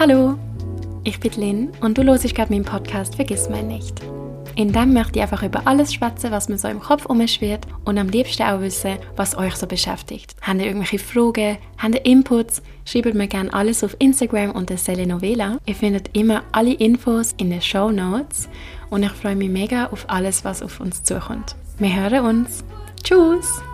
Hallo, ich bin Lynn und du hörst gerade meinen Podcast «Vergissmeinnicht» nicht. In dem möchte ich einfach über alles schwätzen, was mir so im Kopf umschwirrt und am liebsten auch wissen, was euch so beschäftigt. Habt ihr irgendwelche Fragen? Habt ihr Inputs? Schreibt mir gerne alles auf Instagram unter Selenovela. Ihr findet immer alle Infos in den Shownotes und ich freue mich mega auf alles, was auf uns zukommt. Wir hören uns. Tschüss!